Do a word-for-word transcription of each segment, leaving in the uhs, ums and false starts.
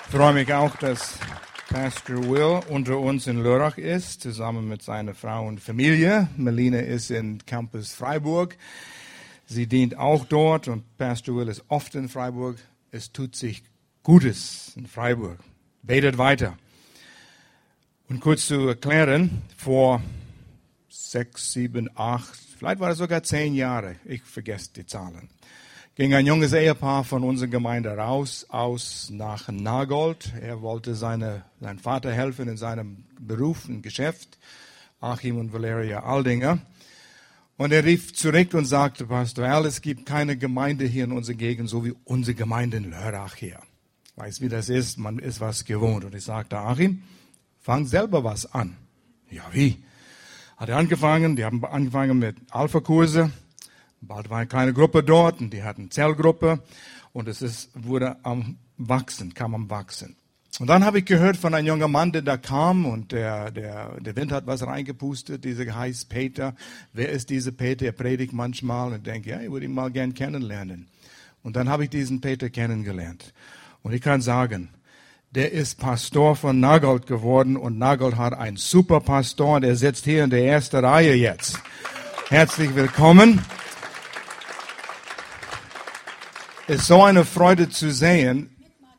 Ich freue mich auch, dass Pastor Will unter uns in Lörrach ist, zusammen mit seiner Frau und Familie. Melina ist in Campus Freiburg. Sie dient auch dort und Pastor Will ist oft in Freiburg. Es tut sich Gutes in Freiburg. Betet weiter. Und kurz zu erklären, vor sechs, sieben, acht, vielleicht war es sogar zehn Jahre, ich vergesse die Zahlen, ging ein junges Ehepaar von unserer Gemeinde raus, aus nach Nagold. Er wollte seine, seinem Vater helfen in seinem Beruf, im Geschäft, Achim und Valeria Aldinger. Und er rief zurück und sagte, Pastor Al, es gibt keine Gemeinde hier in unserer Gegend, so wie unsere Gemeinde in Lörrach hier. Weiß, wie das ist, man ist was gewohnt. Und ich sagte, Achim, fang selber was an. Ja, wie? Hat er angefangen, die haben angefangen mit Alpha-Kurse. Bald war eine kleine Gruppe dort und die hatten Zellgruppe und es ist, wurde am Wachsen, kam am Wachsen. Und dann habe ich gehört von einem jungen Mann, der da kam und der, der, der Wind hat was reingepustet, dieser heißt Peter. Wer ist dieser Peter? Er predigt manchmal und ich denke, ja, ich würde ihn mal gern kennenlernen. Und dann habe ich diesen Peter kennengelernt. Und ich kann sagen, der ist Pastor von Nagold geworden und Nagold hat einen super Pastor und er sitzt hier in der ersten Reihe jetzt. Herzlich willkommen. Es ist so eine Freude zu sehen.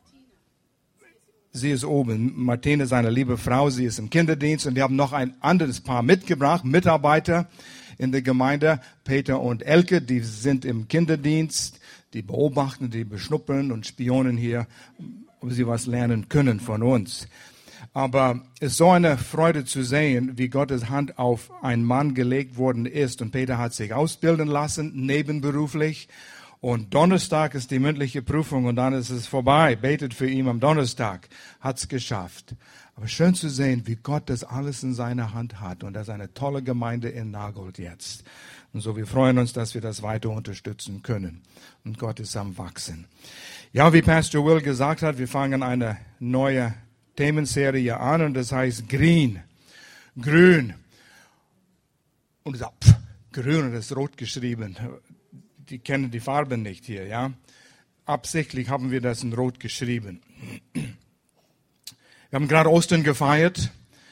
Sie ist oben. Martine, seine liebe Frau, sie ist im Kinderdienst und wir haben noch ein anderes Paar mitgebracht, Mitarbeiter in der Gemeinde, Peter und Elke, die sind im Kinderdienst, die beobachten, die beschnuppern und spionen hier, ob sie was lernen können von uns. Aber es ist so eine Freude zu sehen, wie Gottes Hand auf einen Mann gelegt worden ist und Peter hat sich ausbilden lassen, nebenberuflich. Und Donnerstag ist die mündliche Prüfung und dann ist es vorbei. Betet für ihn am Donnerstag. Hat's geschafft. Aber schön zu sehen, wie Gott das alles in seiner Hand hat. Und das ist eine tolle Gemeinde in Nagold jetzt. Und so, wir freuen uns, dass wir das weiter unterstützen können. Und Gott ist am Wachsen. Ja, wie Pastor Will gesagt hat, wir fangen eine neue Themenserie an und das heißt Green. Grün. Und ich sage, pff, grün und das ist rot geschrieben. Die kennen die Farben nicht hier, ja. Absichtlich haben wir das in Rot geschrieben. Wir haben gerade Ostern gefeiert.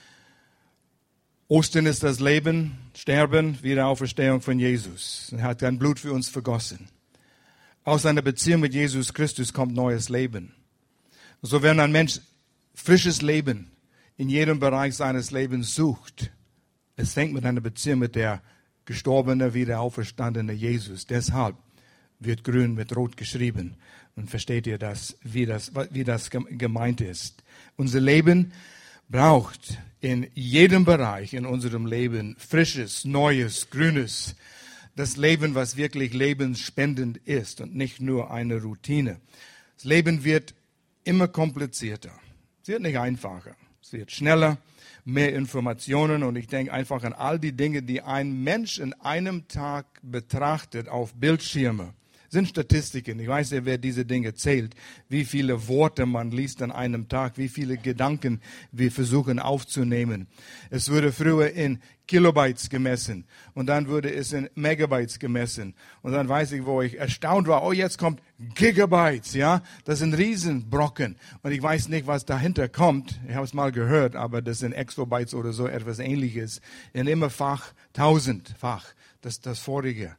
Ostern ist das Leben, Sterben, Wiederauferstehung von Jesus. Er hat sein Blut für uns vergossen. Aus einer Beziehung mit Jesus Christus kommt neues Leben. So, wenn ein Mensch frisches Leben in jedem Bereich seines Lebens sucht, es fängt mit einer Beziehung mit der gestorbener, wieder auferstandener Jesus. Deshalb wird grün mit rot geschrieben. Und versteht ihr das, wie das, wie das gemeint ist? Unser Leben braucht in jedem Bereich in unserem Leben frisches, neues, grünes. Das Leben, was wirklich lebensspendend ist und nicht nur eine Routine. Das Leben wird immer komplizierter. Es wird nicht einfacher. Es wird schneller. Mehr Informationen und ich denke einfach an all die Dinge, die ein Mensch in einem Tag betrachtet auf Bildschirme. Sind Statistiken. Ich weiß ja, wer diese Dinge zählt, wie viele Worte man liest an einem Tag, wie viele Gedanken wir versuchen aufzunehmen. Es wurde früher in Kilobytes gemessen und dann wurde es in Megabytes gemessen. Und dann weiß ich, wo ich erstaunt war, oh, jetzt kommt Gigabytes, ja. Das sind Riesenbrocken. Und ich weiß nicht, was dahinter kommt. Ich habe es mal gehört, aber das sind Exabytes oder so etwas Ähnliches. In immer Fach, tausendfach, das das vorige.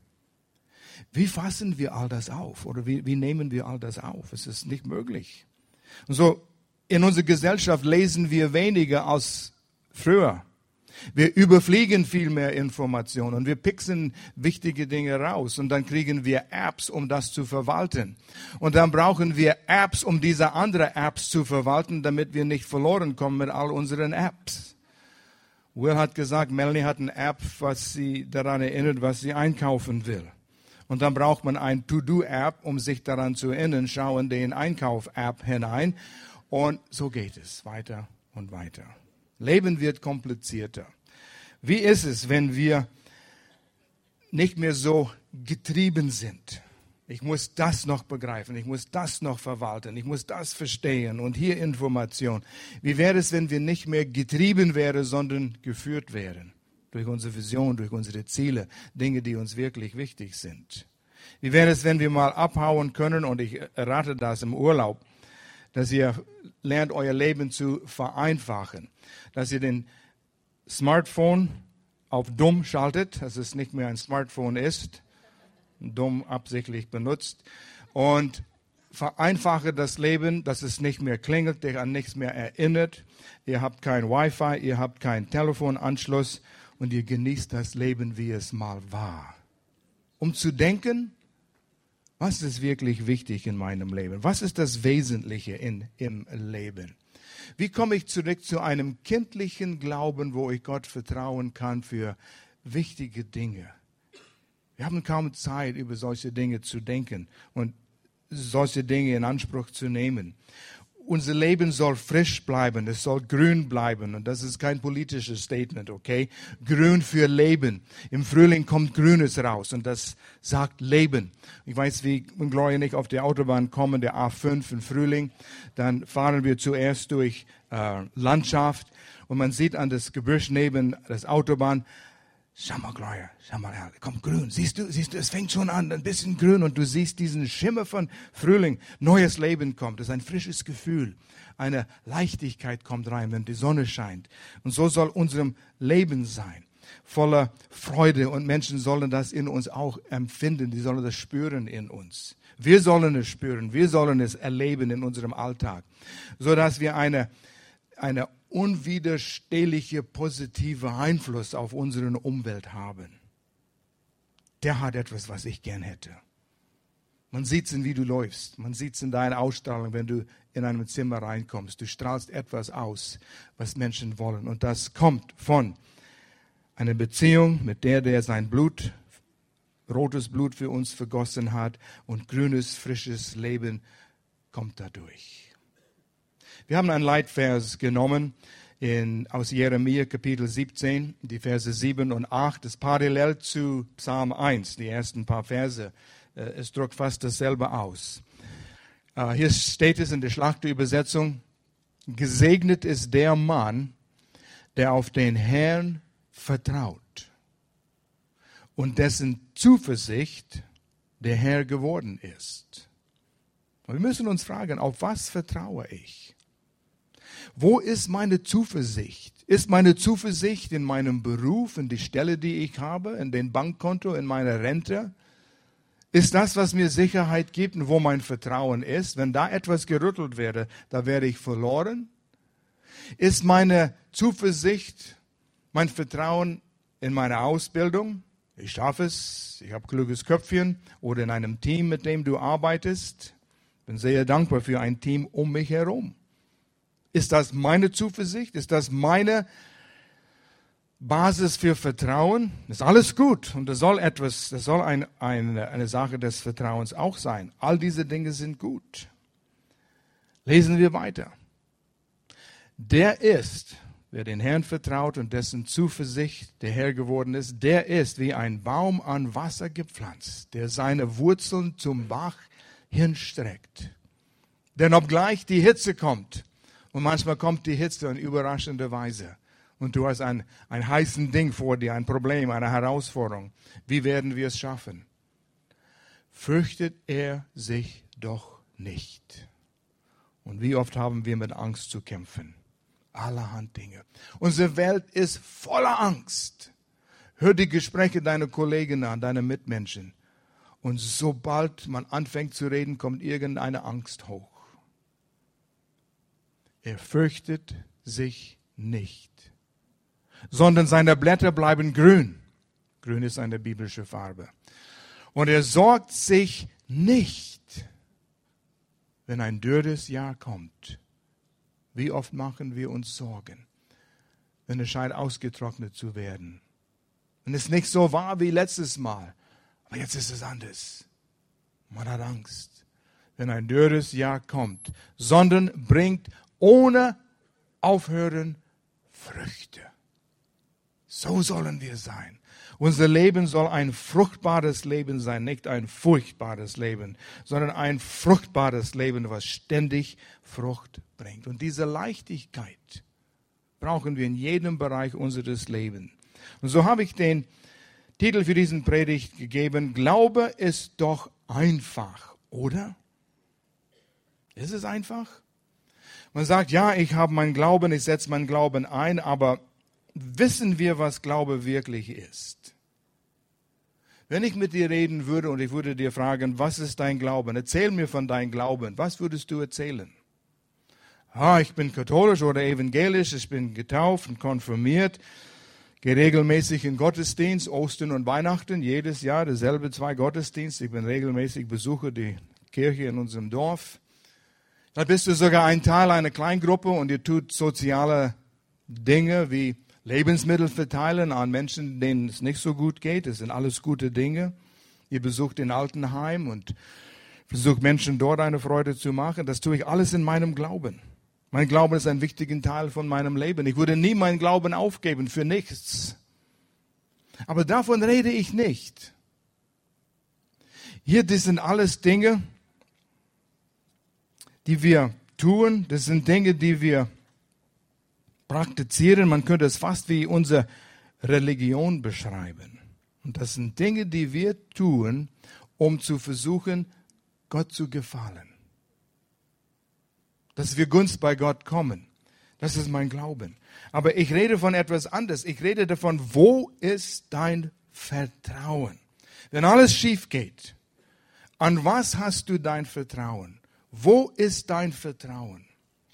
Wie fassen wir all das auf? Oder wie, wie nehmen wir all das auf? Es ist nicht möglich. Und so, in unserer Gesellschaft lesen wir weniger als früher. Wir überfliegen viel mehr Informationen und wir pixeln wichtige Dinge raus und dann kriegen wir Apps, um das zu verwalten. Und dann brauchen wir Apps, um diese anderen Apps zu verwalten, damit wir nicht verloren kommen mit all unseren Apps. Will hat gesagt, Melanie hat eine App, was sie daran erinnert, was sie einkaufen will. Und dann braucht man eine To-Do-App, um sich daran zu erinnern, schau in den Einkauf-App hinein. Und so geht es weiter und weiter. Leben wird komplizierter. Wie ist es, wenn wir nicht mehr so getrieben sind? Ich muss das noch begreifen, ich muss das noch verwalten, ich muss das verstehen und hier Information. Wie wäre es, wenn wir nicht mehr getrieben wären, sondern geführt wären? Durch unsere Vision, durch unsere Ziele, Dinge, die uns wirklich wichtig sind. Wie wäre es, wenn wir mal abhauen können, und ich errate das im Urlaub, dass ihr lernt, euer Leben zu vereinfachen, dass ihr den Smartphone auf dumm schaltet, dass es nicht mehr ein Smartphone ist, dumm absichtlich benutzt, und vereinfache das Leben, dass es nicht mehr klingelt, dich an nichts mehr erinnert. Ihr habt kein Wi-Fi, ihr habt keinen Telefonanschluss und ihr genießt das Leben, wie es mal war. Um zu denken, was ist wirklich wichtig in meinem Leben? Was ist das Wesentliche in, im Leben? Wie komme ich zurück zu einem kindlichen Glauben, wo ich Gott vertrauen kann für wichtige Dinge? Wir haben kaum Zeit, über solche Dinge zu denken und solche Dinge in Anspruch zu nehmen. Unser Leben soll frisch bleiben, es soll grün bleiben. Und das ist kein politisches Statement, okay? Grün für Leben. Im Frühling kommt Grünes raus und das sagt Leben. Ich weiß, wie Gloria und ich auf der Autobahn kommen, der A fünf im Frühling. Dann fahren wir zuerst durch äh, Landschaft und man sieht an das Gebüsch neben der Autobahn, schau mal, Gloria, schau mal, Herr, kommt grün. Siehst du, siehst du, es fängt schon an, ein bisschen grün und du siehst diesen Schimmer von Frühling. Neues Leben kommt. Es ist ein frisches Gefühl. Eine Leichtigkeit kommt rein, wenn die Sonne scheint. Und so soll unserem Leben sein. Voller Freude und Menschen sollen das in uns auch empfinden. Die sollen das spüren in uns. Wir sollen es spüren. Wir sollen es erleben in unserem Alltag. Sodass wir eine, eine unwiderstehliche positive Einfluss auf unsere Umwelt haben. Der hat etwas, was ich gern hätte. Man sieht es, wie du läufst. Man sieht es in deiner Ausstrahlung, wenn du in einem Zimmer reinkommst. Du strahlst etwas aus, was Menschen wollen. Und das kommt von einer Beziehung mit der, der sein Blut, rotes Blut für uns vergossen hat. Und grünes, frisches Leben kommt dadurch. Wir haben einen Leitvers genommen in, aus Jeremia Kapitel siebzehn, die Verse sieben und acht, das parallel zu Psalm eins, die ersten paar Verse. Es drückt fast dasselbe aus. Hier steht es in der Schlachterübersetzung: Gesegnet ist der Mann, der auf den Herrn vertraut und dessen Zuversicht der Herr geworden ist. Und wir müssen uns fragen, auf was vertraue ich? Wo ist meine Zuversicht? Ist meine Zuversicht in meinem Beruf, in die Stelle, die ich habe, in den Bankkonto, in meiner Rente? Ist das, was mir Sicherheit gibt und wo mein Vertrauen ist? Wenn da etwas gerüttelt werde, da werde ich verloren. Ist meine Zuversicht, mein Vertrauen in meine Ausbildung? Ich schaffe es, ich habe ein kluges Köpfchen, oder in einem Team, mit dem du arbeitest? Bin sehr dankbar für ein Team um mich herum. Ist das meine Zuversicht? Ist das meine Basis für Vertrauen? Das ist alles gut und das soll etwas, das soll ein, eine, eine Sache des Vertrauens auch sein. All diese Dinge sind gut. Lesen wir weiter. Der ist, wer den Herrn vertraut und dessen Zuversicht der Herr geworden ist, der ist wie ein Baum an Wasser gepflanzt, der seine Wurzeln zum Bach hinstreckt. Denn obgleich die Hitze kommt, und manchmal kommt die Hitze in überraschender Weise. Und du hast ein, ein heißes Ding vor dir, ein Problem, eine Herausforderung. Wie werden wir es schaffen? Fürchtet er sich doch nicht. Und wie oft haben wir mit Angst zu kämpfen? Allerhand Dinge. Unsere Welt ist voller Angst. Hör die Gespräche deiner Kollegen an, deiner Mitmenschen. Und sobald man anfängt zu reden, kommt irgendeine Angst hoch. Er fürchtet sich nicht, sondern seine Blätter bleiben grün. Grün ist eine biblische Farbe. Und er sorgt sich nicht, wenn ein dürres Jahr kommt. Wie oft machen wir uns Sorgen, wenn es scheint ausgetrocknet zu werden. Und es nicht so war wie letztes Mal. Aber jetzt ist es anders. Man hat Angst, wenn ein dürres Jahr kommt, sondern bringt ohne Aufhören Früchte. So sollen wir sein. Unser Leben soll ein fruchtbares Leben sein, nicht ein furchtbares Leben, sondern ein fruchtbares Leben, was ständig Frucht bringt. Und diese Leichtigkeit brauchen wir in jedem Bereich unseres Lebens. Und so habe ich den Titel für diesen Predigt gegeben: Glaube ist doch einfach, oder? Ist es einfach? Man sagt, ja, ich habe meinen Glauben, ich setze meinen Glauben ein, aber wissen wir, was Glaube wirklich ist? Wenn ich mit dir reden würde und ich würde dir fragen, was ist dein Glauben? Erzähl mir von deinem Glauben. Was würdest du erzählen? Ah, ich bin katholisch oder evangelisch, ich bin getauft und konfirmiert, gehe regelmäßig in Gottesdienst, Ostern und Weihnachten, jedes Jahr dasselbe zwei Gottesdienste. Ich bin regelmäßig, besuche die Kirche in unserem Dorf. Dann bist du sogar ein Teil einer Kleingruppe und ihr tut soziale Dinge wie Lebensmittel verteilen an Menschen, denen es nicht so gut geht. Das sind alles gute Dinge. Ihr besucht den Altenheim und versucht Menschen dort eine Freude zu machen. Das tue ich alles in meinem Glauben. Mein Glauben ist ein wichtiger Teil von meinem Leben. Ich würde nie meinen Glauben aufgeben für nichts. Aber davon rede ich nicht. Hier, das sind alles Dinge, die wir tun. Das sind Dinge, die wir praktizieren. Man könnte es fast wie unsere Religion beschreiben. Und das sind Dinge, die wir tun, um zu versuchen, Gott zu gefallen. Dass wir Gunst bei Gott kommen. Das ist mein Glauben. Aber ich rede von etwas anderes. Ich rede davon, wo ist dein Vertrauen? Wenn alles schief geht, an was hast du dein Vertrauen? Wo ist dein Vertrauen?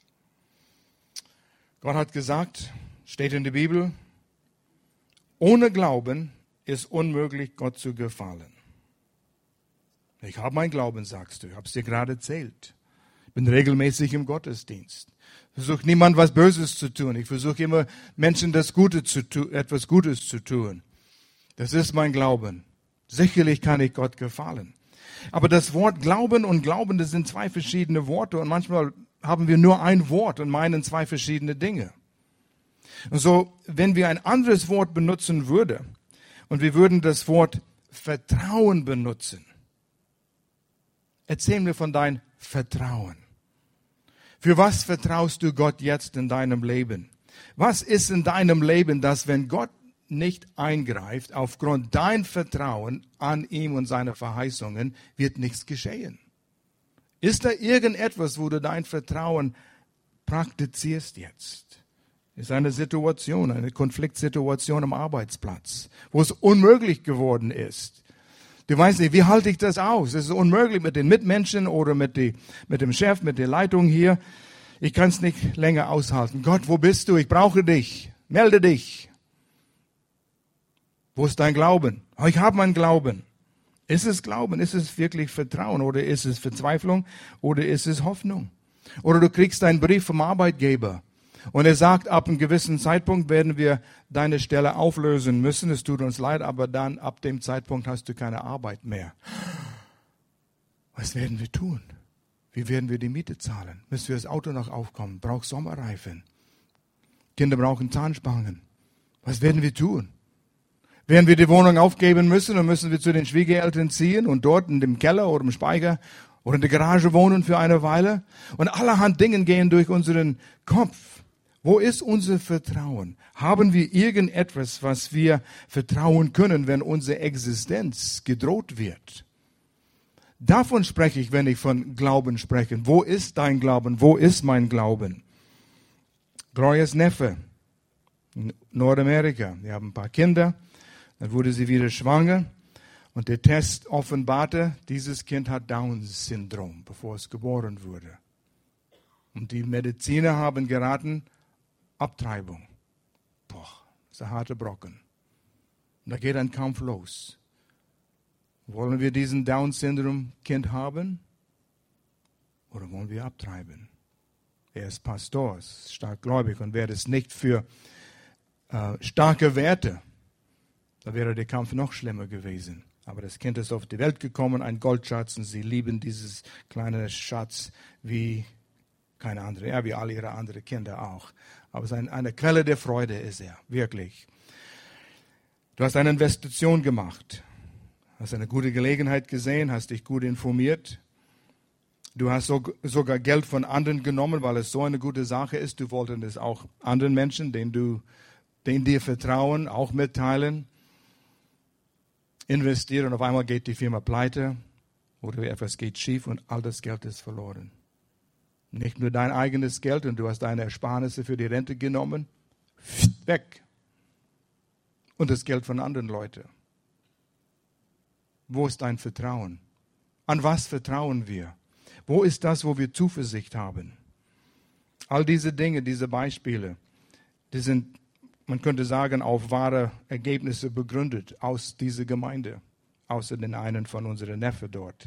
Gott hat gesagt, steht in der Bibel, ohne Glauben ist unmöglich, Gott zu gefallen. Ich habe meinen Glauben, sagst du. Ich habe es dir gerade erzählt. Ich bin regelmäßig im Gottesdienst. Ich versuche niemand was Böses zu tun. Ich versuche immer Menschen das Gute zu tun, etwas Gutes zu tun. Das ist mein Glauben. Sicherlich kann ich Gott gefallen. Aber das Wort Glauben und Glauben, das sind zwei verschiedene Worte und manchmal haben wir nur ein Wort und meinen zwei verschiedene Dinge. Und so, wenn wir ein anderes Wort benutzen würden und wir würden das Wort Vertrauen benutzen, erzähl mir von deinem Vertrauen. Für was vertraust du Gott jetzt in deinem Leben? Was ist in deinem Leben, dass wenn Gott nicht eingreift, aufgrund dein Vertrauen an ihm und seine Verheißungen, wird nichts geschehen? Ist da irgendetwas, wo du dein Vertrauen praktizierst jetzt? Ist eine Situation, eine Konfliktsituation am Arbeitsplatz, wo es unmöglich geworden ist. Du weißt nicht, wie halte ich das aus? Es ist unmöglich mit den Mitmenschen oder mit, die, mit dem Chef, mit der Leitung hier. Ich kann es nicht länger aushalten. Gott, wo bist du? Ich brauche dich. Melde dich. Wo ist dein Glauben? Oh, ich habe meinen Glauben. Ist es Glauben? Ist es wirklich Vertrauen? Oder ist es Verzweiflung? Oder ist es Hoffnung? Oder du kriegst einen Brief vom Arbeitgeber. Und er sagt, ab einem gewissen Zeitpunkt werden wir deine Stelle auflösen müssen. Es tut uns leid, aber dann ab dem Zeitpunkt hast du keine Arbeit mehr. Was werden wir tun? Wie werden wir die Miete zahlen? Müssen wir das Auto noch aufkommen? Braucht Sommerreifen? Kinder brauchen Zahnspangen. Was werden wir tun? Werden wir die Wohnung aufgeben müssen und müssen wir zu den Schwiegereltern ziehen und dort in dem Keller oder im Speicher oder in der Garage wohnen für eine Weile? Und allerhand Dinge gehen durch unseren Kopf. Wo ist unser Vertrauen? Haben wir irgendetwas, was wir vertrauen können, wenn unsere Existenz gedroht wird? Davon spreche ich, wenn ich von Glauben spreche. Wo ist dein Glauben? Wo ist mein Glauben? Glorias Neffe in Nordamerika. Wir haben ein paar Kinder. Dann wurde sie wieder schwanger. Und der Test offenbarte, dieses Kind hat Down-Syndrom, bevor es geboren wurde. Und die Mediziner haben geraten, Abtreibung. Boah, das ist ein harter Brocken. Und da geht ein Kampf los. Wollen wir diesen Down-Syndrom-Kind haben? Oder wollen wir abtreiben? Er ist Pastor, ist stark gläubig und wäre es nicht für äh, starke Werte, da wäre der Kampf noch schlimmer gewesen. Aber das Kind ist auf die Welt gekommen, ein Goldschatz, und sie lieben dieses kleine Schatz wie keine andere, ja, wie alle ihre anderen Kinder auch. Aber es ist ein, eine Quelle der Freude ist er, wirklich. Du hast eine Investition gemacht, hast eine gute Gelegenheit gesehen, hast dich gut informiert. Du hast so, sogar Geld von anderen genommen, weil es so eine gute Sache ist. Du wolltest es auch anderen Menschen, denen du, denen dir vertrauen, auch mitteilen. Investieren, auf einmal geht die Firma pleite oder etwas geht schief und all das Geld ist verloren. Nicht nur dein eigenes Geld und du hast deine Ersparnisse für die Rente genommen. Weg. Und das Geld von anderen Leuten. Wo ist dein Vertrauen? An was vertrauen wir? Wo ist das, wo wir Zuversicht haben? All diese Dinge, diese Beispiele, die sind, man könnte sagen, auf wahre Ergebnisse begründet aus dieser Gemeinde, außer den einen von unseren Neffen dort.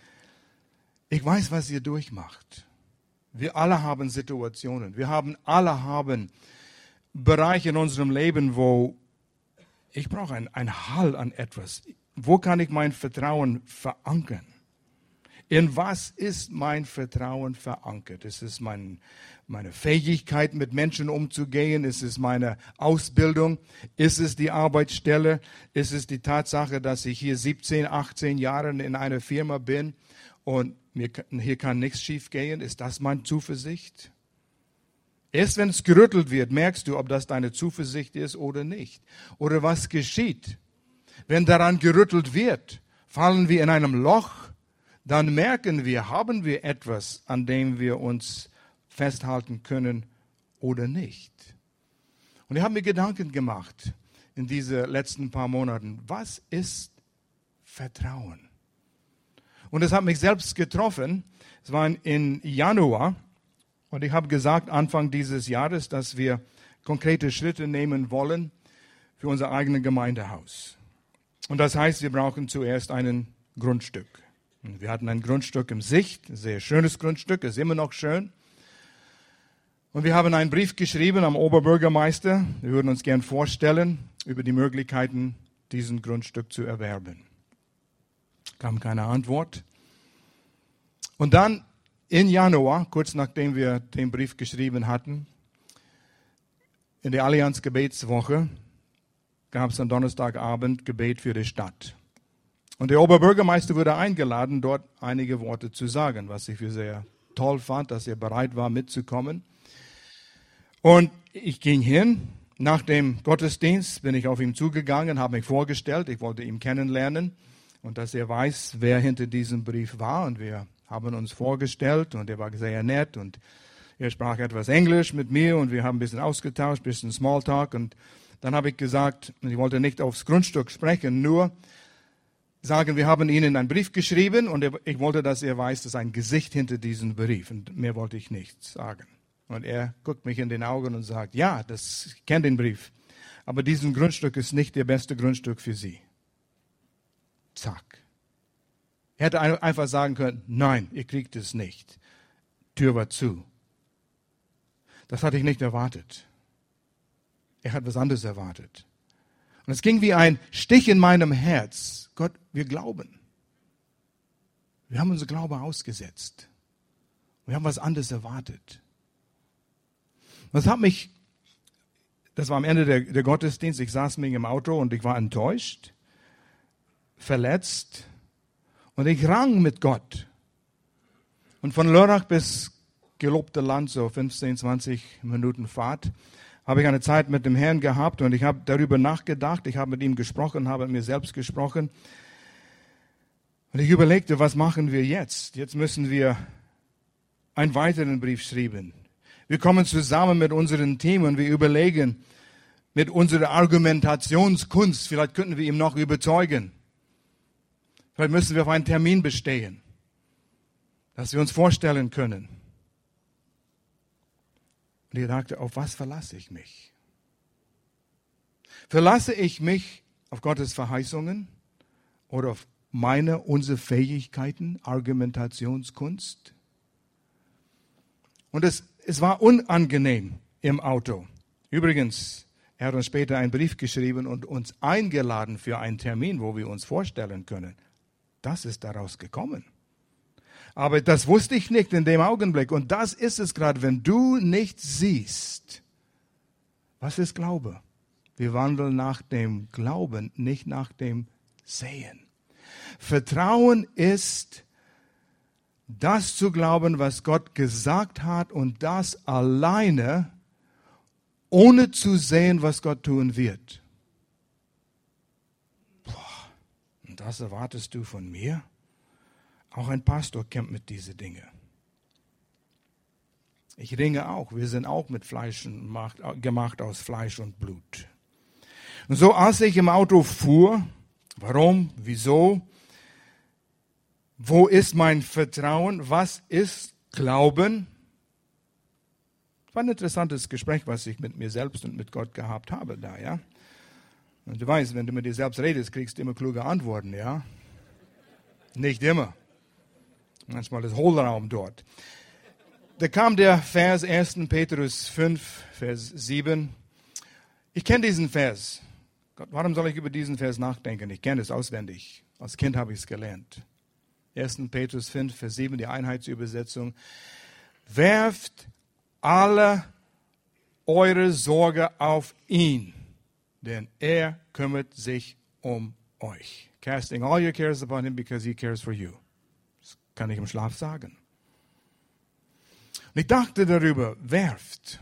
Ich weiß, was ihr durchmacht. Wir alle haben Situationen. Wir haben alle haben Bereiche in unserem Leben, wo ich brauche ein, ein Halt an etwas. Wo kann ich mein Vertrauen verankern? In was ist mein Vertrauen verankert? Ist es mein, meine Fähigkeit, mit Menschen umzugehen? Ist es meine Ausbildung? Ist es die Arbeitsstelle? Ist es die Tatsache, dass ich hier siebzehn, achtzehn Jahre in einer Firma bin und mir, hier kann nichts schief gehen? Ist das meine Zuversicht? Erst wenn es gerüttelt wird, merkst du, ob das deine Zuversicht ist oder nicht. Oder was geschieht? Wenn daran gerüttelt wird, fallen wir in einem Loch, dann merken wir, haben wir etwas, an dem wir uns festhalten können oder nicht. Und ich habe mir Gedanken gemacht in diesen letzten paar Monaten. Was ist Vertrauen? Und es hat mich selbst getroffen. Es war in Januar. Und ich habe gesagt, Anfang dieses Jahres, dass wir konkrete Schritte nehmen wollen für unser eigenes Gemeindehaus. Und das heißt, wir brauchen zuerst ein Grundstück. Und wir hatten ein Grundstück im Sicht, ein sehr schönes Grundstück, ist immer noch schön. Und wir haben einen Brief geschrieben am Oberbürgermeister. Wir würden uns gern vorstellen, über die Möglichkeiten, diesen Grundstück zu erwerben. Kam keine Antwort. Und dann im Januar, kurz nachdem wir den Brief geschrieben hatten, in der Allianz Gebetswoche, gab es am Donnerstagabend Gebet für die Stadt. Und der Oberbürgermeister wurde eingeladen, dort einige Worte zu sagen, was ich für sehr toll fand, dass er bereit war, mitzukommen. Und ich ging hin. Nach dem Gottesdienst bin ich auf ihn zugegangen, habe mich vorgestellt. Ich wollte ihn kennenlernen und dass er weiß, wer hinter diesem Brief war. Und wir haben uns vorgestellt und er war sehr nett und er sprach etwas Englisch mit mir und wir haben ein bisschen ausgetauscht, ein bisschen Smalltalk. Und dann habe ich gesagt, ich wollte nicht aufs Grundstück sprechen, nur sagen, wir haben Ihnen einen Brief geschrieben und ich wollte, dass er weiß, dass ein Gesicht hinter diesem Brief und mehr wollte ich nicht sagen. Und er guckt mich in den Augen und sagt, ja, das, ich kenne den Brief, aber dieses Grundstück ist nicht das beste Grundstück für Sie. Zack. Er hätte einfach sagen können, nein, ihr kriegt es nicht. Tür war zu. Das hatte ich nicht erwartet. Er hat was anderes erwartet. Und es ging wie ein Stich in meinem Herz. Gott, wir glauben. Wir haben unser Glaube ausgesetzt. Wir haben was anderes erwartet. Das hat mich, das war am Ende der, der Gottesdienst, ich saß mir im Auto und ich war enttäuscht, verletzt und ich rang mit Gott. Und von Lörrach bis gelobte Land, so fünfzehn, zwanzig Minuten Fahrt, habe ich eine Zeit mit dem Herrn gehabt und ich habe darüber nachgedacht, ich habe mit ihm gesprochen, habe mit mir selbst gesprochen. Und ich überlegte, was machen wir jetzt? Jetzt müssen wir einen weiteren Brief schreiben. Wir kommen zusammen mit unserem Team und wir überlegen mit unserer Argumentationskunst, vielleicht könnten wir ihn noch überzeugen. Vielleicht müssen wir auf einen Termin bestehen, dass wir uns vorstellen können. Und ich dachte, auf was verlasse ich mich? Verlasse ich mich auf Gottes Verheißungen oder auf meine, unsere Fähigkeiten, Argumentationskunst? Und es, es war unangenehm im Auto. Übrigens, er hat uns später einen Brief geschrieben und uns eingeladen für einen Termin, wo wir uns vorstellen können. Das ist daraus gekommen. Aber das wusste ich nicht in dem Augenblick. Und das ist es gerade, wenn du nicht siehst. Was ist Glaube? Wir wandeln nach dem Glauben, nicht nach dem Sehen. Vertrauen ist, das zu glauben, was Gott gesagt hat und das alleine, ohne zu sehen, was Gott tun wird. Boah, und das erwartest du von mir? Auch ein Pastor kämpft mit diesen Dingen. Ich ringe auch. Wir sind auch mit Fleisch gemacht aus Fleisch und Blut. Und so, als ich im Auto fuhr, warum, wieso, wo ist mein Vertrauen, was ist Glauben? War ein interessantes Gespräch, was ich mit mir selbst und mit Gott gehabt habe da, ja. Und du weißt, wenn du mit dir selbst redest, kriegst du immer kluge Antworten, ja. Nicht immer. Manchmal ist Hohlraum dort. Da kam der Vers erster Petrus fünf, Vers sieben. Ich kenne diesen Vers. Gott, warum soll ich über diesen Vers nachdenken? Ich kenne es auswendig. Als Kind habe ich es gelernt. erster Petrus fünf, Vers sieben, die Einheitsübersetzung. Werft alle eure Sorge auf ihn, denn er kümmert sich um euch. Casting all your cares upon him because he cares for you. Das kann ich im Schlaf sagen. Und ich dachte darüber, werft.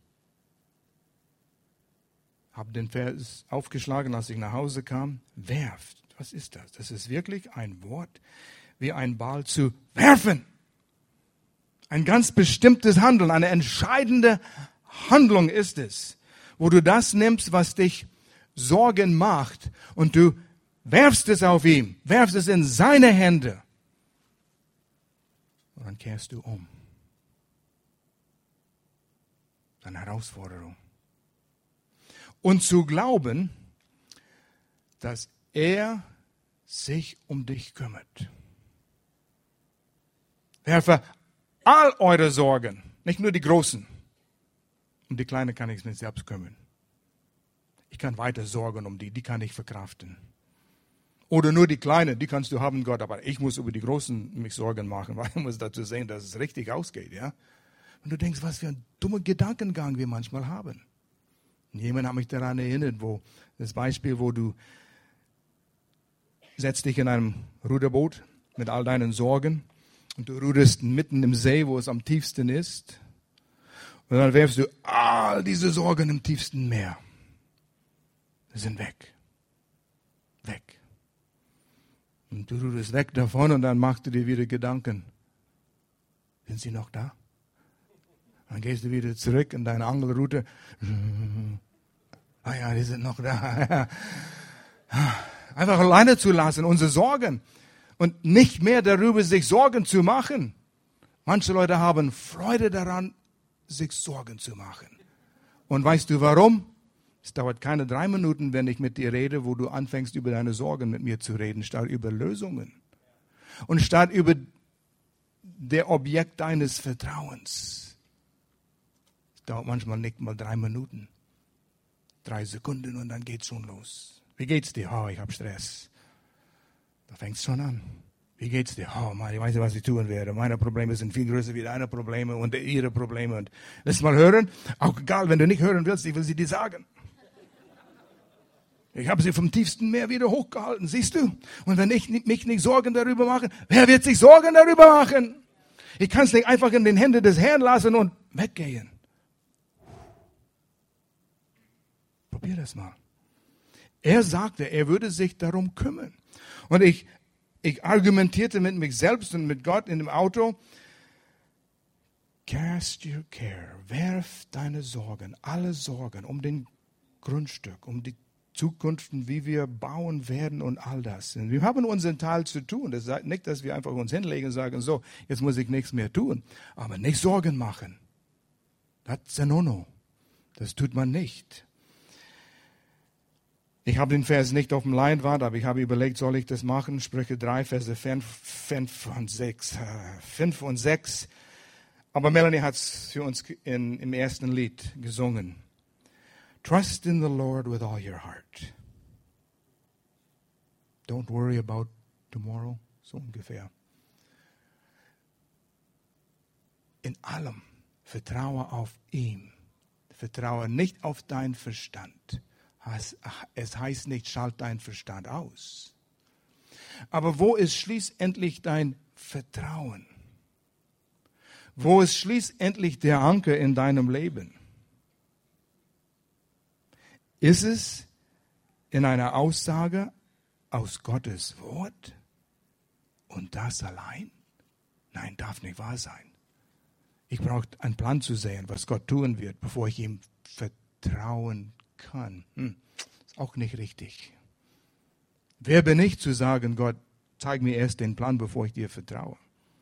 Habe den Vers aufgeschlagen, als ich nach Hause kam. Werft. Was ist das? Das ist wirklich ein Wort, wie ein Ball zu werfen. Ein ganz bestimmtes Handeln, eine entscheidende Handlung ist es, wo du das nimmst, was dich Sorgen macht und du werfst es auf ihn, werfst es in seine Hände und dann kehrst du um. Eine Herausforderung. Und zu glauben, dass er sich um dich kümmert. Werfe all eure Sorgen, nicht nur die großen. Um die kleine kann ich nicht selbst kümmern. Ich kann weiter sorgen um die, die kann ich verkraften. Oder nur die kleine, die kannst du haben, Gott, aber ich muss über die großen mich Sorgen machen, weil ich muss dazu sehen, dass es richtig ausgeht, ja. Und du denkst, was für ein dummer Gedankengang wir manchmal haben. Und jemand hat mich daran erinnert, wo das Beispiel, wo du setzt dich in einem Ruderboot mit all deinen Sorgen und du ruderst mitten im See, wo es am tiefsten ist. Und dann werfst du all diese Sorgen im tiefsten Meer. Sie sind weg. Weg. Und du ruderst weg davon und dann machst du dir wieder Gedanken. Sind sie noch da? Dann gehst du wieder zurück in deine Angelroute. Ah ja, die sind noch da. Einfach alleine zu lassen, unsere Sorgen. Und nicht mehr darüber, sich Sorgen zu machen. Manche Leute haben Freude daran, sich Sorgen zu machen. Und weißt du warum? Es dauert keine drei Minuten, wenn ich mit dir rede, wo du anfängst, über deine Sorgen mit mir zu reden, statt über Lösungen. Und statt über der Objekt deines Vertrauens. Es dauert manchmal nicht mal drei Minuten. Drei Sekunden und dann geht's schon los. Wie geht's dir? Oh, ich habe Stress. Da fängt's schon an. Wie geht's dir? Oh Mann, ich weiß nicht, was ich tun werde. Meine Probleme sind viel größer wie deine Probleme und ihre Probleme. Und lass mal hören. Auch egal, wenn du nicht hören willst, ich will sie dir sagen. Ich habe sie vom tiefsten Meer wieder hochgehalten, siehst du? Und wenn ich mich nicht Sorgen darüber mache, wer wird sich Sorgen darüber machen? Ich kann es nicht einfach in den Händen des Herrn lassen und weggehen. Probier das mal. Er sagte, er würde sich darum kümmern. Und ich, ich argumentierte mit mich selbst und mit Gott in dem Auto. Cast your care. Werf deine Sorgen, alle Sorgen um den Grundstück, um die Zukunft, wie wir bauen werden und all das. Und wir haben unseren Teil zu tun. Das sagt nicht, dass wir einfach uns hinlegen und sagen, so, jetzt muss ich nichts mehr tun. Aber nicht Sorgen machen. That's a no-no. Das tut man nicht. Ich habe den Vers nicht auf dem Leinwand, aber ich habe überlegt, soll ich das machen? Sprüche drei, Verse fünf und sechs. fünf und sechs. Aber Melanie hat es für uns in, im ersten Lied gesungen. Trust in the Lord with all your heart. Don't worry about tomorrow. So ungefähr. In allem vertraue auf ihn. Vertraue nicht auf deinen Verstand. Es heißt nicht, schalt deinen Verstand aus. Aber wo ist schließlich dein Vertrauen? Wo ist schließlich der Anker in deinem Leben? Ist es in einer Aussage aus Gottes Wort und das allein? Nein, darf nicht wahr sein. Ich brauche einen Plan zu sehen, was Gott tun wird, bevor ich ihm vertrauen kann. Hm, ist auch nicht richtig. Wer bin ich zu sagen, Gott, zeig mir erst den Plan, bevor ich dir vertraue?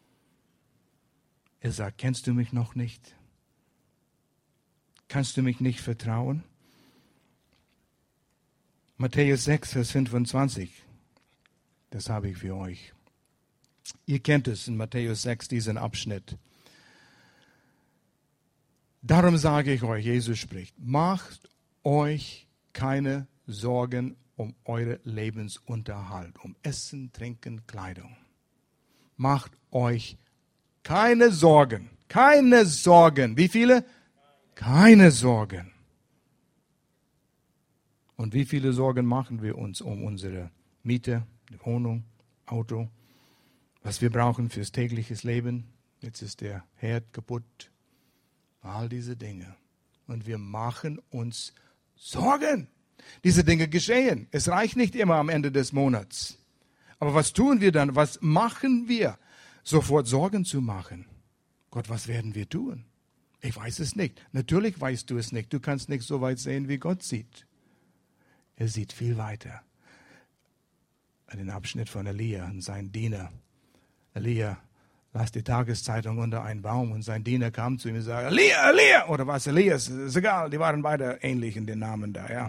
Er sagt, kennst du mich noch nicht? Kannst du mich nicht vertrauen? Matthäus sechs, Vers fünfundzwanzig. Das habe ich für euch. Ihr kennt es in Matthäus sechs, diesen Abschnitt. Darum sage ich euch, Jesus spricht, macht euch keine Sorgen um euren Lebensunterhalt, um Essen, Trinken, Kleidung. Macht euch keine Sorgen, keine Sorgen. Wie viele? Keine Sorgen. Und wie viele Sorgen machen wir uns um unsere Miete, Wohnung, Auto, was wir brauchen fürs tägliche Leben? Jetzt ist der Herd kaputt. All diese Dinge. Und wir machen uns Sorgen. Diese Dinge geschehen. Es reicht nicht immer am Ende des Monats. Aber was tun wir dann? Was machen wir? Sofort Sorgen zu machen. Gott, was werden wir tun? Ich weiß es nicht. Natürlich weißt du es nicht. Du kannst nicht so weit sehen, wie Gott sieht. Er sieht viel weiter. Den Abschnitt von Elia und sein Diener. Elia las die Tageszeitung unter einen Baum und sein Diener kam zu ihm und sagte, Elia, Elia, oder was, Elias, ist egal, die waren beide ähnlich in den Namen da, ja.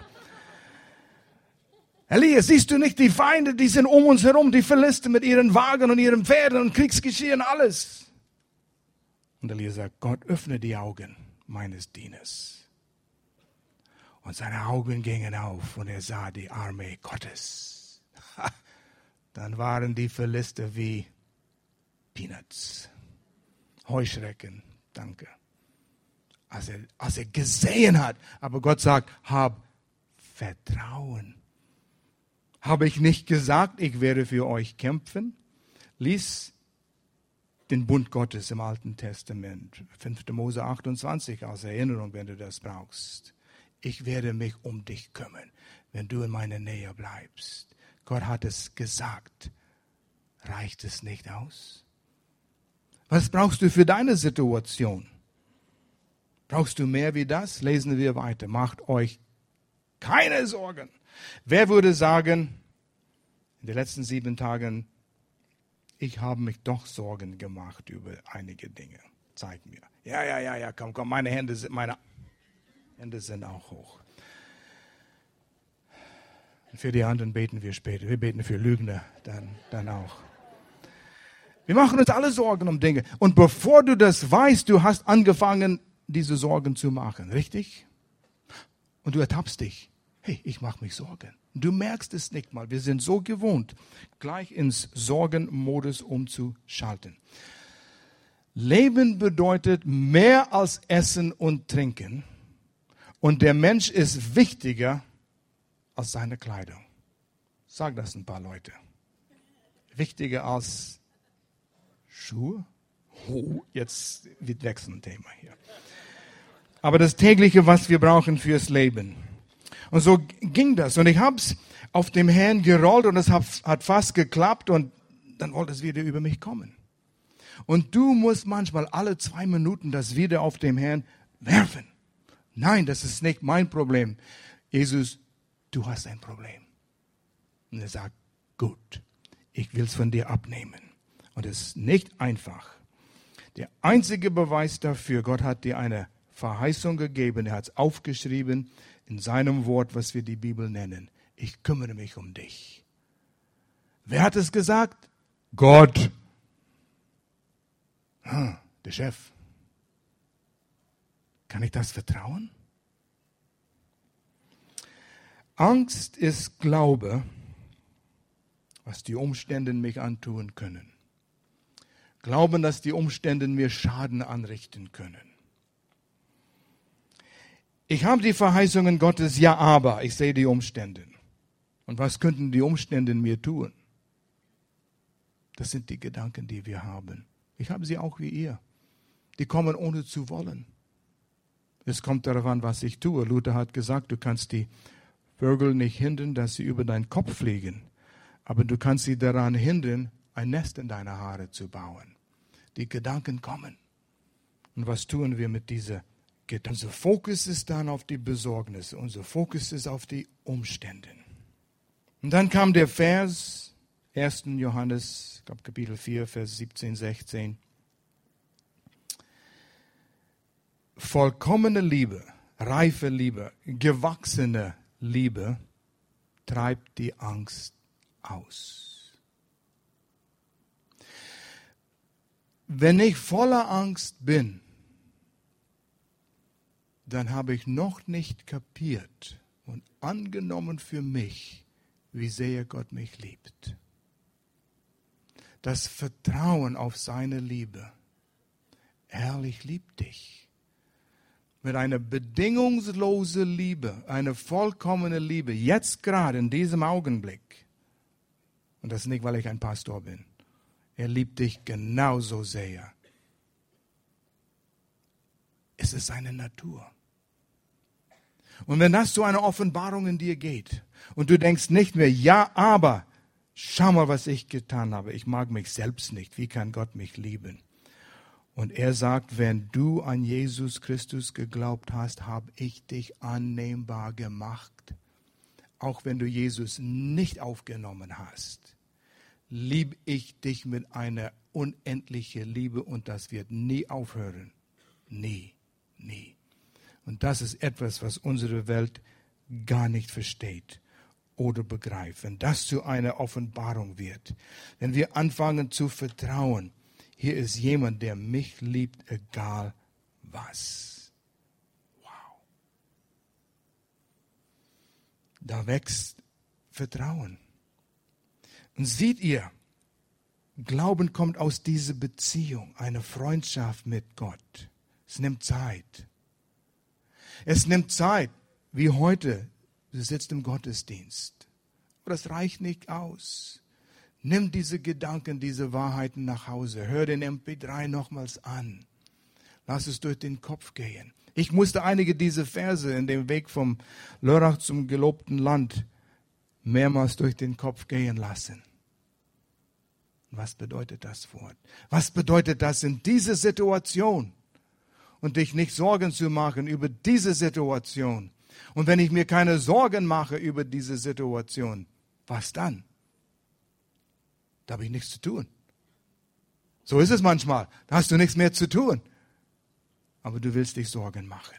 Elias, siehst du nicht die Feinde, die sind um uns herum, die Philister mit ihren Wagen und ihren Pferden und Kriegsgeschehen, alles. Und Elia sagt, Gott, öffne die Augen meines Dieners. Und seine Augen gingen auf und er sah die Armee Gottes. Dann waren die Philister wie Peanuts, Heuschrecken, danke. Als er, als er gesehen hat, aber Gott sagt, hab Vertrauen. Habe ich nicht gesagt, ich werde für euch kämpfen? Lies den Bund Gottes im Alten Testament, fünfter Mose achtundzwanzig als Erinnerung, wenn du das brauchst. Ich werde mich um dich kümmern, wenn du in meiner Nähe bleibst. Gott hat es gesagt. Reicht es nicht aus? Was brauchst du für deine Situation? Brauchst du mehr wie das? Lesen wir weiter. Macht euch keine Sorgen. Wer würde sagen, in den letzten sieben Tagen, ich habe mich doch Sorgen gemacht über einige Dinge. Zeig mir. Ja, ja, ja, ja, komm, komm, meine Hände sind, meine Hände sind auch hoch. Und für die anderen beten wir später. Wir beten für Lügner dann, dann auch. Wir machen uns alle Sorgen um Dinge. Und bevor du das weißt, du hast angefangen, diese Sorgen zu machen. Richtig? Und du ertappst dich. Hey, ich mache mich Sorgen. Du merkst es nicht mal. Wir sind so gewohnt, gleich ins Sorgenmodus umzuschalten. Leben bedeutet mehr als Essen und Trinken. Und der Mensch ist wichtiger als seine Kleidung. Sag das ein paar Leute. Wichtiger als Schuhe? Oh, jetzt wird wechseln Thema hier. Aber das tägliche, was wir brauchen fürs Leben. Und so ging das. Und ich habe es auf dem Herrn gerollt und es hat fast geklappt und dann wollte es wieder über mich kommen. Und du musst manchmal alle zwei Minuten das wieder auf dem Herrn werfen. Nein, das ist nicht mein Problem. Jesus, du hast ein Problem. Und er sagt, gut, ich will es von dir abnehmen. Und es ist nicht einfach. Der einzige Beweis dafür, Gott hat dir eine Verheißung gegeben, er hat es aufgeschrieben in seinem Wort, was wir die Bibel nennen. Ich kümmere mich um dich. Wer hat es gesagt? Gott. Hm, der Chef. Kann ich das vertrauen? Angst ist Glaube, was die Umstände mich antun können. Glauben, dass die Umstände mir Schaden anrichten können. Ich habe die Verheißungen Gottes, ja, aber ich sehe die Umstände. Und was könnten die Umstände mir tun? Das sind die Gedanken, die wir haben. Ich habe sie auch wie ihr. Die kommen ohne zu wollen. Es kommt darauf an, was ich tue. Luther hat gesagt, du kannst die Vögel nicht hindern, dass sie über deinen Kopf fliegen. Aber du kannst sie daran hindern, ein Nest in deine Haare zu bauen. Die Gedanken kommen. Und was tun wir mit dieser Gedanken? Unser Fokus ist dann auf die Besorgnisse. Unser Fokus ist auf die Umstände. Und dann kam der Vers, erster Johannes, Kapitel vier, Vers siebzehn, sechzehn. Vollkommene Liebe, reife Liebe, gewachsene Liebe treibt die Angst aus. Wenn ich voller Angst bin, dann habe ich noch nicht kapiert und angenommen für mich, wie sehr Gott mich liebt. Das Vertrauen auf seine Liebe. Herr, ich liebe dich. Mit einer bedingungslosen Liebe, eine vollkommene Liebe, jetzt gerade in diesem Augenblick. Und das nicht, weil ich ein Pastor bin. Er liebt dich genauso sehr. Es ist seine Natur. Und wenn das zu einer Offenbarung in dir geht und du denkst nicht mehr, ja, aber, schau mal, was ich getan habe. Ich mag mich selbst nicht. Wie kann Gott mich lieben? Und er sagt, wenn du an Jesus Christus geglaubt hast, habe ich dich annehmbar gemacht. Auch wenn du Jesus nicht aufgenommen hast, liebe ich dich mit einer unendlichen Liebe und das wird nie aufhören. Nie, nie. Und das ist etwas, was unsere Welt gar nicht versteht oder begreift. Wenn das zu einer Offenbarung wird, wenn wir anfangen zu vertrauen, hier ist jemand, der mich liebt, egal was. Wow. Da wächst Vertrauen. Und seht ihr, Glauben kommt aus dieser Beziehung, einer Freundschaft mit Gott. Es nimmt Zeit. Es nimmt Zeit, wie heute, du sitzt im Gottesdienst. Aber das reicht nicht aus. Nimm diese Gedanken, diese Wahrheiten nach Hause. Hör den M P drei nochmals an. Lass es durch den Kopf gehen. Ich musste einige dieser Verse in dem Weg vom Lörrach zum gelobten Land mehrmals durch den Kopf gehen lassen. Was bedeutet das Wort? Was bedeutet das in dieser Situation? Und dich nicht Sorgen zu machen über diese Situation. Und wenn ich mir keine Sorgen mache über diese Situation, was dann? Da habe ich nichts zu tun. So ist es manchmal. Da hast du nichts mehr zu tun. Aber du willst dich Sorgen machen.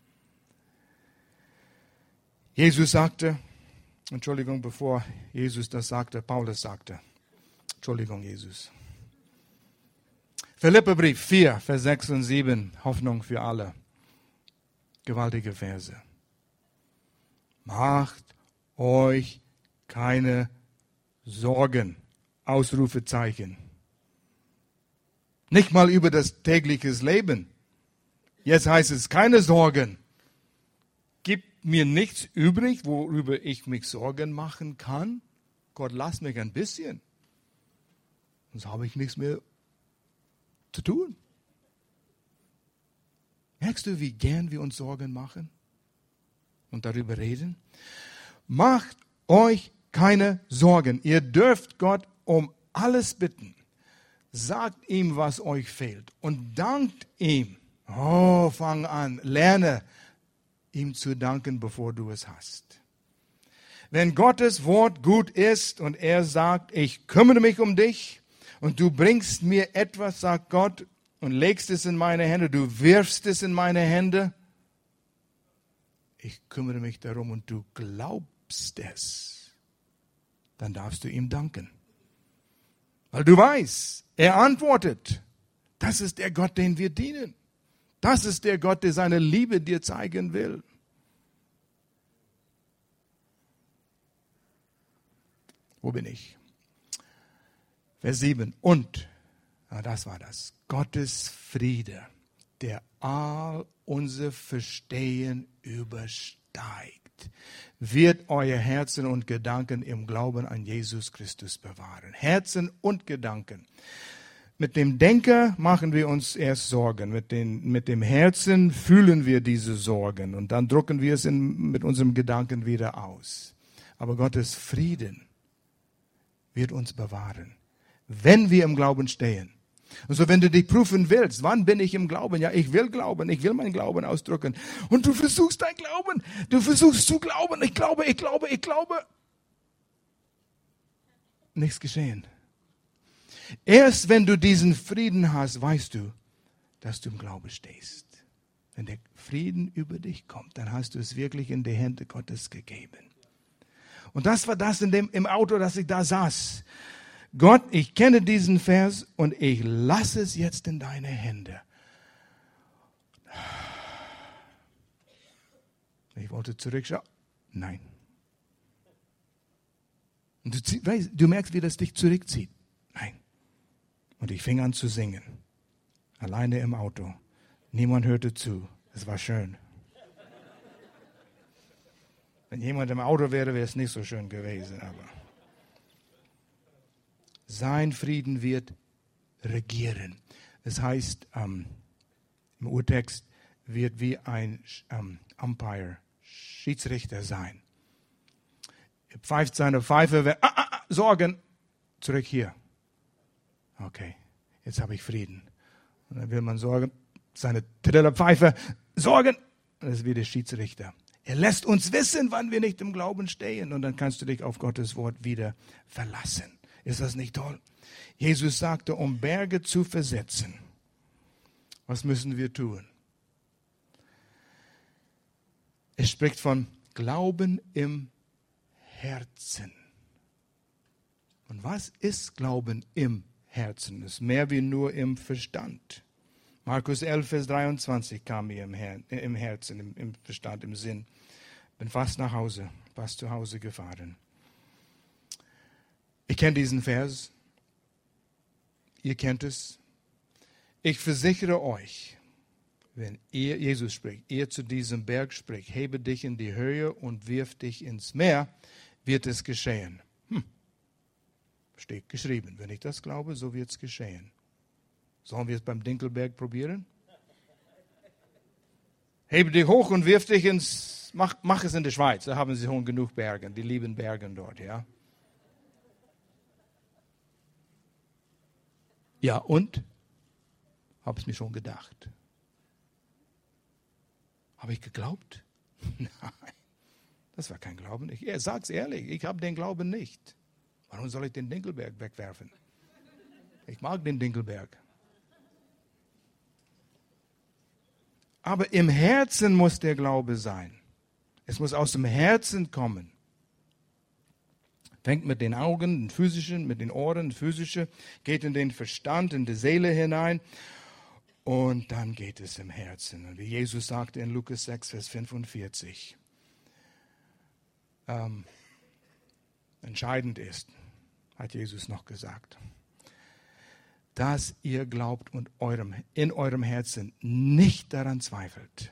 Jesus sagte, Entschuldigung, bevor Jesus das sagte, Paulus sagte, Entschuldigung, Jesus. Philipperbrief vier, Vers sechs und sieben, Hoffnung für alle. Gewaltige Verse. Macht euch keine Sorgen. Ausrufezeichen. Nicht mal über das tägliche Leben. Jetzt heißt es keine Sorgen. Gibt mir nichts übrig, worüber ich mich Sorgen machen kann. Gott, lass mich ein bisschen. Sonst habe ich nichts mehr zu tun. Merkst du, wie gern wir uns Sorgen machen und darüber reden? Macht euch keine Sorgen. Ihr dürft Gott um alles bitten. Sagt ihm, was euch fehlt und dankt ihm. Oh, fang an, lerne ihm zu danken, bevor du es hast. Wenn Gottes Wort gut ist und er sagt, ich kümmere mich um dich und du bringst mir etwas, sagt Gott, und legst es in meine Hände, du wirfst es in meine Hände, ich kümmere mich darum und du glaubst es, dann darfst du ihm danken. Weil du weißt, er antwortet. Das ist der Gott, den wir dienen. Das ist der Gott, der seine Liebe dir zeigen will. Wo bin ich? Vers sieben. Und, ja, das war das, Gottes Friede, der all unser Verstehen übersteigt, wird euer Herzen und Gedanken im Glauben an Jesus Christus bewahren. Herzen und Gedanken. Mit dem Denker machen wir uns erst Sorgen. Mit, den, mit dem Herzen fühlen wir diese Sorgen und dann drucken wir es in, mit unserem Gedanken wieder aus. Aber Gottes Frieden wird uns bewahren, wenn wir im Glauben stehen. Und so, wenn du dich prüfen willst, wann bin ich im Glauben? Ja, ich will glauben, ich will meinen Glauben ausdrücken. Und du versuchst dein Glauben, du versuchst zu glauben, ich glaube, ich glaube, ich glaube. Nichts geschehen. Erst wenn du diesen Frieden hast, weißt du, dass du im Glauben stehst. Wenn der Frieden über dich kommt, dann hast du es wirklich in die Hände Gottes gegeben. Und das war das in dem, im Auto, dass ich da saß. Gott, ich kenne diesen Vers und ich lasse es jetzt in deine Hände. Ich wollte zurückschauen. Nein. Und du, weißt, du merkst, wie das dich zurückzieht. Nein. Und ich fing an zu singen. Alleine im Auto. Niemand hörte zu. Es war schön. Wenn jemand im Auto wäre, wäre es nicht so schön gewesen. Aber sein Frieden wird regieren. Das heißt, ähm, im Urtext wird wie ein ähm, Umpire, Schiedsrichter sein. Er pfeift seine Pfeife, wer, ah, ah, Sorgen, zurück hier. Okay, jetzt habe ich Frieden. Und dann will man sorgen, seine Trillerpfeife, Sorgen, das ist wie der Schiedsrichter. Er lässt uns wissen, wann wir nicht im Glauben stehen, und dann kannst du dich auf Gottes Wort wieder verlassen. Ist das nicht toll? Jesus sagte, um Berge zu versetzen. Was müssen wir tun? Es spricht von Glauben im Herzen. Und was ist Glauben im Herzen? Das ist mehr wie nur im Verstand. Markus elf, Vers dreiundzwanzig kam mir im, Her- im Herzen, im, im Verstand, im Sinn. Bin fast nach Hause, fast zu Hause gefahren. Ich kenne diesen Vers. Ihr kennt es. Ich versichere euch, wenn ihr, Jesus spricht, ihr zu diesem Berg spricht, hebe dich in die Höhe und wirf dich ins Meer, wird es geschehen. Hm. Steht geschrieben. Wenn ich das glaube, so wird es geschehen. Sollen wir es beim Dinkelberg probieren? Hebe dich hoch und wirf dich ins, mach, mach es in der Schweiz, da haben sie schon genug Berge, die lieben Berge dort, ja. Ja, und? Habe es mir schon gedacht. Habe ich geglaubt? Nein, das war kein Glauben. Ich sage es ehrlich, ich habe den Glauben nicht. Warum soll ich den Dinkelberg wegwerfen? Ich mag den Dinkelberg. Aber im Herzen muss der Glaube sein. Es muss aus dem Herzen kommen. Fängt mit den Augen, den physischen, mit den Ohren, physische, geht in den Verstand, in die Seele hinein und dann geht es im Herzen. Und wie Jesus sagte in Lukas sechs, Vers fünfundvierzig, ähm, entscheidend ist, hat Jesus noch gesagt, dass ihr glaubt und eurem, in eurem Herzen nicht daran zweifelt.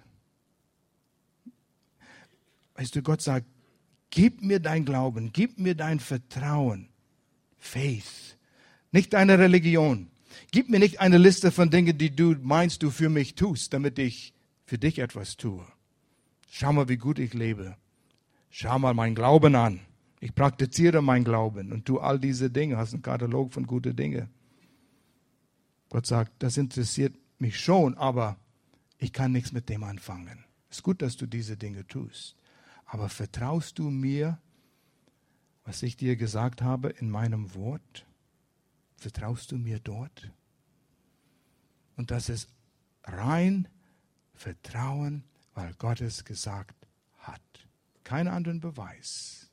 Weißt du, Gott sagt, gib mir dein Glauben, gib mir dein Vertrauen, Faith, nicht deine Religion. Gib mir nicht eine Liste von Dingen, die du meinst, du für mich tust, damit ich für dich etwas tue. Schau mal, wie gut ich lebe. Schau mal meinen Glauben an. Ich praktiziere meinen Glauben und tue all diese Dinge, hast einen Katalog von guten Dingen. Gott sagt, das interessiert mich schon, aber ich kann nichts mit dem anfangen. Es ist gut, dass du diese Dinge tust. Aber vertraust du mir, was ich dir gesagt habe in meinem Wort? Vertraust du mir dort? Und das ist rein Vertrauen, weil Gott es gesagt hat. Keinen anderen Beweis.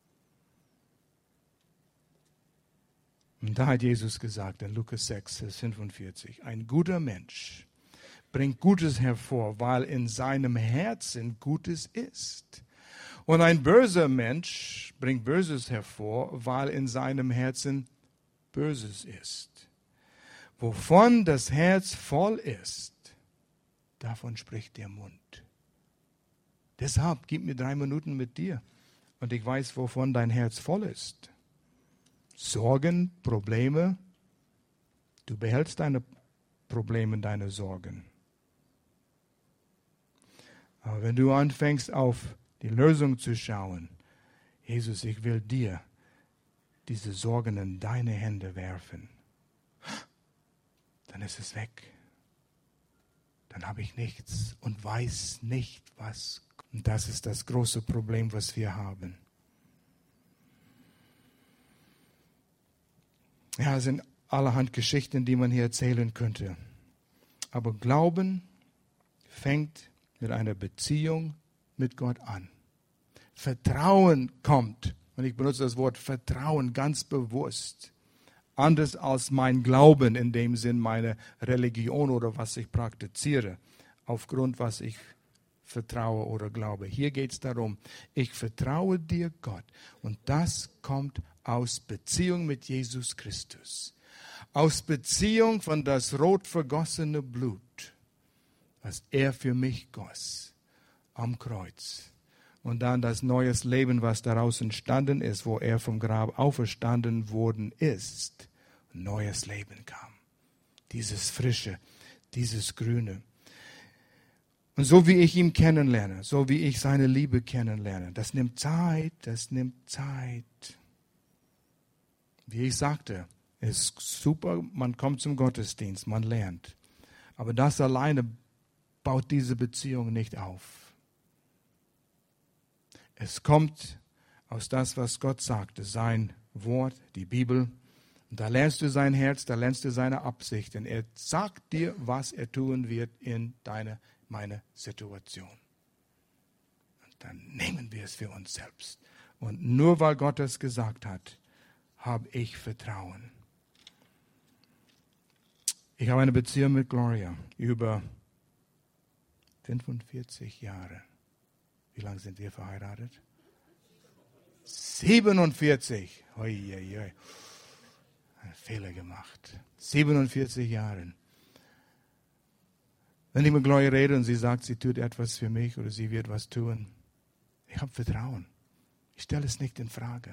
Und da hat Jesus gesagt in Lukas sechs, Vers fünfundvierzig, ein guter Mensch bringt Gutes hervor, weil in seinem Herzen Gutes ist. Und ein böser Mensch bringt Böses hervor, weil in seinem Herzen Böses ist. Wovon das Herz voll ist, davon spricht der Mund. Deshalb gib mir drei Minuten mit dir und ich weiß, wovon dein Herz voll ist. Sorgen, Probleme, du behältst deine Probleme, deine Sorgen. Aber wenn du anfängst, auf die Lösung zu schauen, Jesus, ich will dir diese Sorgen in deine Hände werfen. dann ist es weg. Dann habe ich nichts und weiß nicht, was. Und das ist das große Problem, was wir haben. Ja, es sind allerhand Geschichten, die man hier erzählen könnte. Aber Glauben fängt mit einer Beziehung mit Gott an. Vertrauen kommt, und ich benutze das Wort Vertrauen ganz bewusst, anders als mein Glauben, in dem Sinn meine Religion oder was ich praktiziere, aufgrund was ich vertraue oder glaube. Hier geht es darum, ich vertraue dir, Gott, und das kommt aus Beziehung mit Jesus Christus. Aus Beziehung von das rot vergossene Blut, was er für mich goss am Kreuz. Und dann das neues Leben, was daraus entstanden ist, wo er vom Grab auferstanden worden ist. Ein neues Leben kam. Dieses Frische, dieses Grüne. Und so wie ich ihn kennenlerne, so wie ich seine Liebe kennenlerne, das nimmt Zeit, das nimmt Zeit. Wie ich sagte, ist super, man kommt zum Gottesdienst, man lernt. Aber das alleine baut diese Beziehung nicht auf. Es kommt aus das, was Gott sagte, sein Wort, die Bibel. Und da lernst du sein Herz, da lernst du seine Absichten. Er sagt dir, was er tun wird in deine, meine Situation. Und dann nehmen wir es für uns selbst. Und nur weil Gott es gesagt hat, habe ich Vertrauen. Ich habe eine Beziehung mit Gloria über fünfundvierzig Jahre. Wie lange sind wir verheiratet? siebenundvierzig. Ui, ui, ui. Einen Fehler gemacht. siebenundvierzig Jahre. Wenn ich mit Gloria rede und sie sagt, sie tut etwas für mich oder sie wird was tun, ich habe Vertrauen. Ich stelle es nicht in Frage.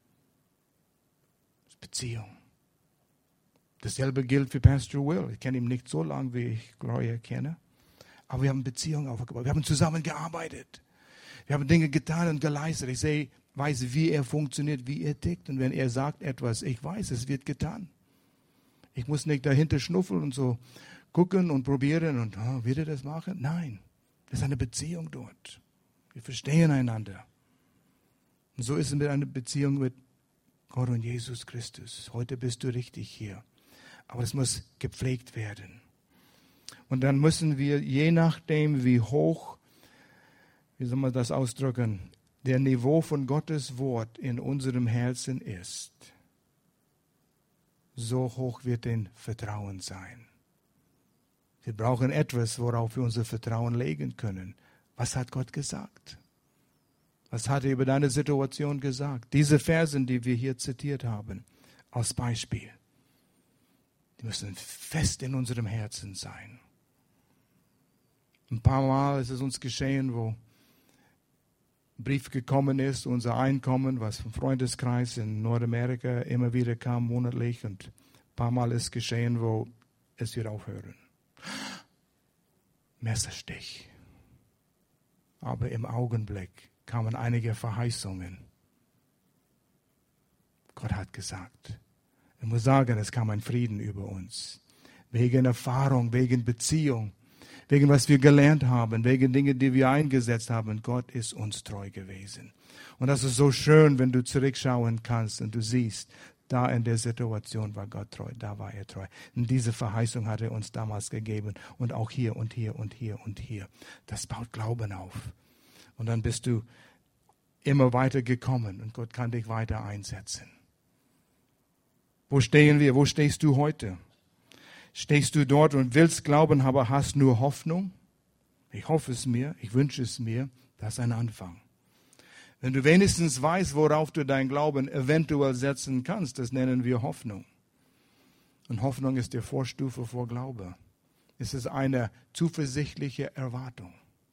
Das ist Beziehung. Dasselbe gilt für Pastor Will. Ich kenne ihn nicht so lange, wie ich Gloria kenne. Aber wir haben Beziehungen aufgebaut. Wir haben zusammen gearbeitet. Wir haben Dinge getan und geleistet. Ich sehe, weiß, wie er funktioniert, wie er tickt. Und wenn er sagt etwas, ich weiß, es wird getan. Ich muss nicht dahinter schnuffeln und so gucken und probieren und oh, wird er das machen? Nein, das ist eine Beziehung dort. Wir verstehen einander. Und so ist es mit einer Beziehung mit Gott und Jesus Christus. Heute bist du richtig hier. Aber es muss gepflegt werden. Und dann müssen wir, je nachdem, wie hoch, wie soll man das ausdrücken, der Niveau von Gottes Wort in unserem Herzen ist, so hoch wird dein Vertrauen sein. Wir brauchen etwas, worauf wir unser Vertrauen legen können. Was hat Gott gesagt? Was hat er über deine Situation gesagt? Diese Versen, die wir hier zitiert haben, als Beispiel, die müssen fest in unserem Herzen sein. Ein paar Mal ist es uns geschehen, wo ein Brief gekommen ist, unser Einkommen, was vom Freundeskreis in Nordamerika immer wieder kam, monatlich. Und ein paar Mal ist geschehen, wo es wird aufhören. Messerstich. Aber im Augenblick kamen einige Verheißungen. Gott hat gesagt. Ich muss sagen, es kam ein Frieden über uns. Wegen Erfahrung, wegen Beziehung, wegen was wir gelernt haben, wegen Dingen, die wir eingesetzt haben. Gott ist uns treu gewesen. Und das ist so schön, wenn du zurückschauen kannst und du siehst, da in der Situation war Gott treu, da war er treu. Und diese Verheißung hat er uns damals gegeben und auch hier und hier und hier und hier. Das baut Glauben auf. Und dann bist du immer weiter gekommen und Gott kann dich weiter einsetzen. Wo stehen wir? Wo stehst du heute? Stehst du dort und willst glauben, aber hast nur Hoffnung? Ich hoffe es mir, ich wünsche es mir, das ist ein Anfang. Wenn du wenigstens weißt, worauf du deinen Glauben eventuell setzen kannst, das nennen wir Hoffnung. Und Hoffnung ist die Vorstufe vor Glaube. Es ist eine zuversichtliche Erwartung.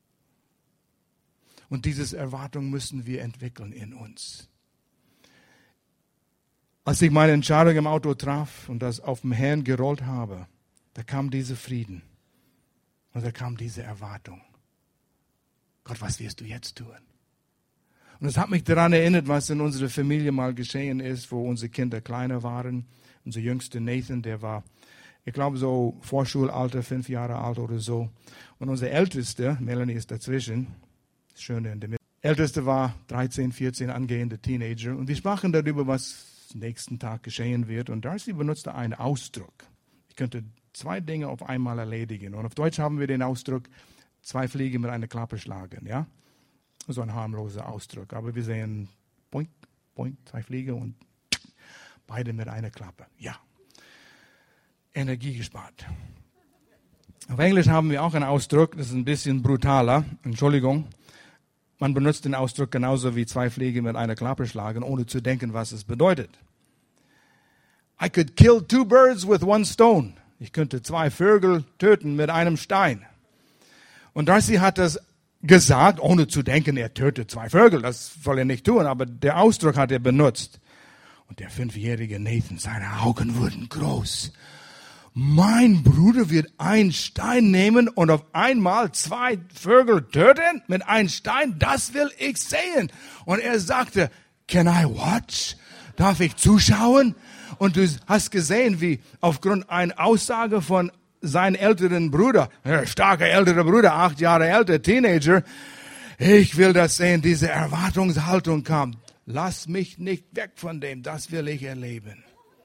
Und diese Erwartung müssen wir entwickeln in uns. Als ich meine Entscheidung im Auto traf und das auf dem Herrn gerollt habe, da kam dieser Frieden und da kam diese Erwartung. Gott, was wirst du jetzt tun? Und es hat mich daran erinnert, was in unserer Familie mal geschehen ist, wo unsere Kinder kleiner waren. Unser jüngster Nathan, der war ich glaube so Vorschulalter, fünf Jahre alt oder so. Und unser Älteste, Melanie ist dazwischen, das Schöne in der Mitte. Älteste war dreizehn, vierzehn, angehende Teenager. Und wir sprachen darüber, was nächsten Tag geschehen wird. Und Darcy benutzte einen Ausdruck. Ich könnte zwei Dinge auf einmal erledigen. Und auf Deutsch haben wir den Ausdruck, zwei Fliegen mit einer Klappe schlagen. Ja? So ein harmloser Ausdruck. Aber wir sehen, boink, boink, zwei Fliegen und beide mit einer Klappe. Ja. Energie gespart. Auf Englisch haben wir auch einen Ausdruck, das ist ein bisschen brutaler. Entschuldigung. Man benutzt den Ausdruck genauso wie zwei Fliegen mit einer Klappe schlagen, ohne zu denken, was es bedeutet. I could kill two birds with one stone. Ich könnte zwei Vögel töten mit einem Stein. Und Darcy hat das gesagt, ohne zu denken, er tötet zwei Vögel. Das soll er nicht tun, aber der Ausdruck hat er benutzt. Und der fünfjährige Nathan, seine Augen wurden groß. Mein Bruder wird einen Stein nehmen und auf einmal zwei Vögel töten mit einem Stein. Das will ich sehen. Und er sagte, can I watch? Darf ich zuschauen? Und du hast gesehen, wie aufgrund einer Aussage von seinem älteren Bruder, starker älterer Bruder, acht Jahre älter, Teenager, ich will das sehen, diese Erwartungshaltung kam. Lass mich nicht weg von dem, das will ich erleben.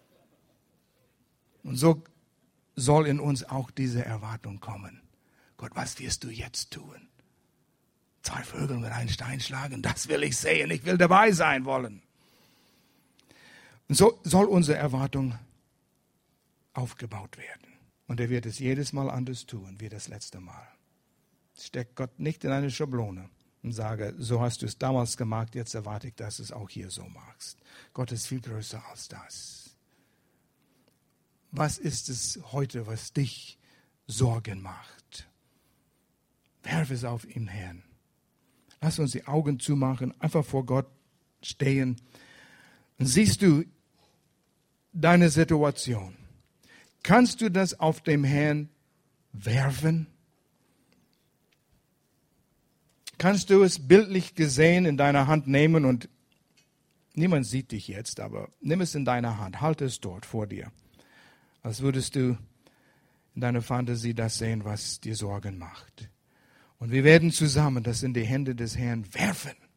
Und so soll in uns auch diese Erwartung kommen. Gott, was wirst du jetzt tun? Zwei Vögel mit einem Stein schlagen, das will ich sehen, ich will dabei sein wollen. Und so soll unsere Erwartung aufgebaut werden. Und er wird es jedes Mal anders tun, wie das letzte Mal. Steckt Gott nicht in eine Schablone und sage, so hast du es damals gemacht, jetzt erwarte ich, dass du es auch hier so machst. Gott ist viel größer als das. Was ist es heute, was dich Sorgen macht? Werf es auf ihn, Herrn. Lass uns die Augen zumachen, einfach vor Gott stehen. Und siehst du deine Situation? Kannst du das auf dem Herrn werfen? Kannst du es bildlich gesehen in deiner Hand nehmen und niemand sieht dich jetzt, aber nimm es in deiner Hand, halte es dort vor dir. Als würdest du in deiner Fantasie das sehen, was dir Sorgen macht. Und wir werden zusammen das in die Hände des Herrn werfen.